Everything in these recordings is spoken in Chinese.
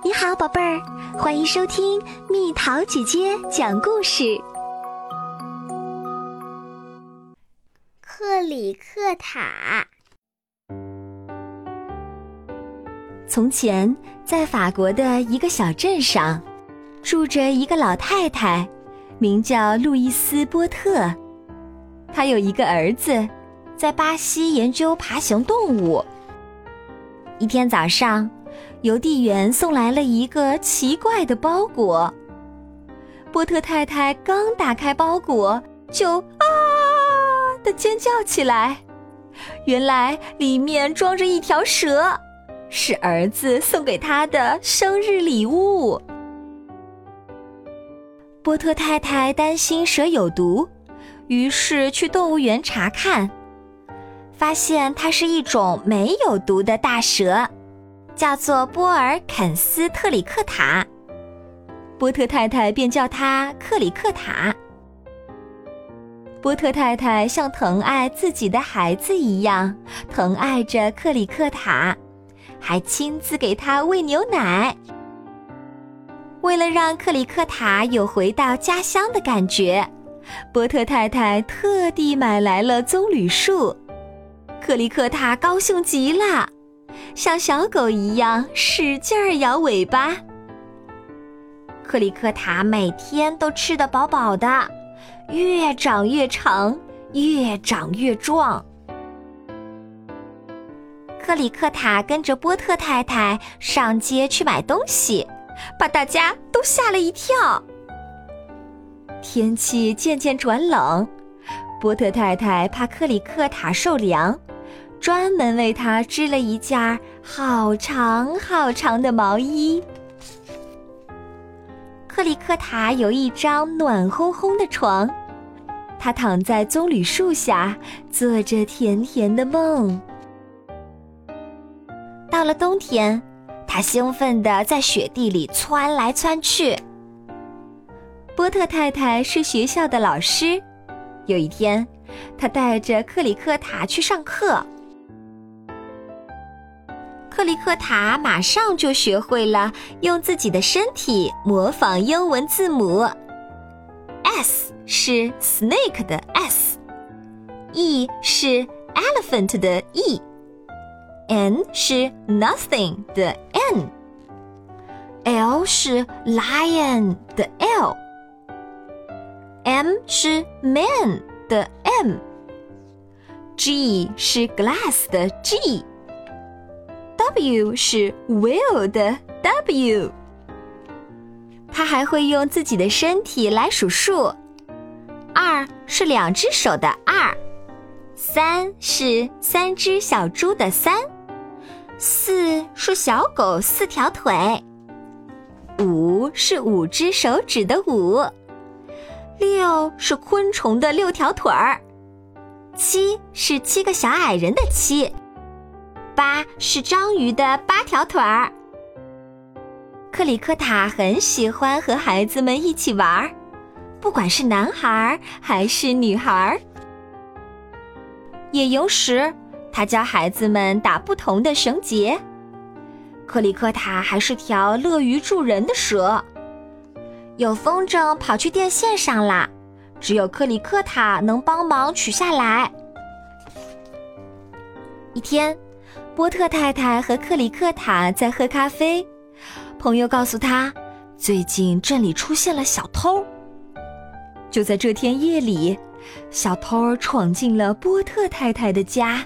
你好，宝贝儿，欢迎收听蜜桃姐姐讲故事。 克里克塔。 从前，在法国的一个小镇上，住着一个老太太，名叫路易斯·波特。她有一个儿子，在巴西研究爬行动物。一天早上，邮递员送来了一个奇怪的包裹。波特太太刚打开包裹，就啊地尖叫起来。原来里面装着一条蛇，是儿子送给她的生日礼物。波特太太担心蛇有毒，于是去动物园查看，发现它是一种没有毒的大蛇，叫做波尔肯斯特里克塔。波特太太便叫它克里克塔。波特太太像疼爱自己的孩子一样疼爱着克里克塔，还亲自给他喂牛奶。为了让克里克塔有回到家乡的感觉，波特太太特地买来了棕榈树。克里克塔高兴极了，像小狗一样使劲儿摇尾巴。克里克塔每天都吃得饱饱的，越长越长，越长越壮。克里克塔跟着波特太太上街去买东西，把大家都吓了一跳。天气渐渐转冷，波特太太怕克里克塔受凉，专门为他织了一件好长好长的毛衣。克里克塔有一张暖烘烘的床，他躺在棕榈树下，做着甜甜的梦。到了冬天，他兴奋地在雪地里窜来窜去。波特太太是学校的老师，有一天，他带着克里克塔去上课。克里克塔马上就学会了用自己的身体模仿英文字母。S 是 snake 的 S，E 是 elephant 的 E，N 是 nothing 的 N，L 是 lion 的 L，M 是 man 的 M，G 是 glass 的 G，W 是 whale 的 W。 他还会用自己的身体来数数，2是2只手的2，3是3只小猪的3，4是小狗4条腿，5是5只手指的5，6是昆虫的6条腿儿，7是7个小矮人的7，8是章鱼的8条腿儿。克里克塔很喜欢和孩子们一起玩，不管是男孩还是女孩。野游时，他教孩子们打不同的绳结。克里克塔还是条乐于助人的蛇。有风筝跑去电线上啦，只有克里克塔能帮忙取下来。一天，波特太太和克里克塔在喝咖啡，朋友告诉他，最近镇里出现了小偷。就在这天夜里，小偷闯进了波特太太的家。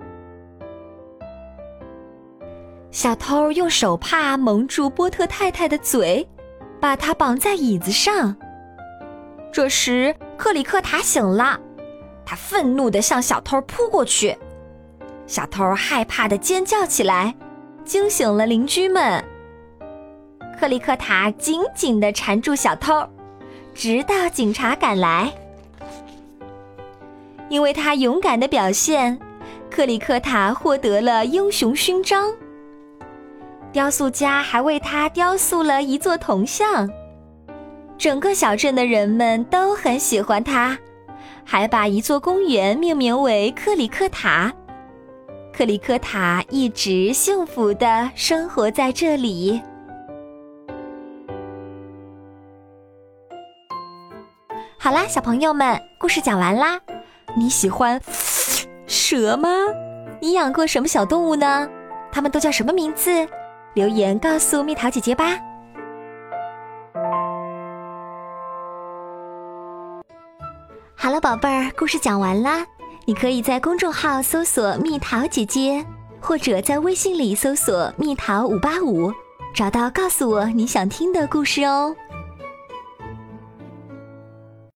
小偷用手帕蒙住波特太太的嘴，把她绑在椅子上。这时，克里克塔醒了，他愤怒地向小偷扑过去。小偷害怕地尖叫起来，惊醒了邻居们。克里克塔紧紧地缠住小偷，直到警察赶来。因为他勇敢的表现，克里克塔获得了英雄勋章。雕塑家还为他雕塑了一座铜像。整个小镇的人们都很喜欢他，还把一座公园命名为克里克塔。克里克塔一直幸福地生活在这里。 好啦，小朋友们，故事讲完啦。你喜欢蛇吗？你养过什么小动物呢？它们都叫什么名字？留言告诉蜜桃姐姐吧。好了，宝贝儿，故事讲完啦。你可以在公众号搜索蜜桃姐姐，或者在微信里搜索蜜桃585，找到告诉我你想听的故事哦。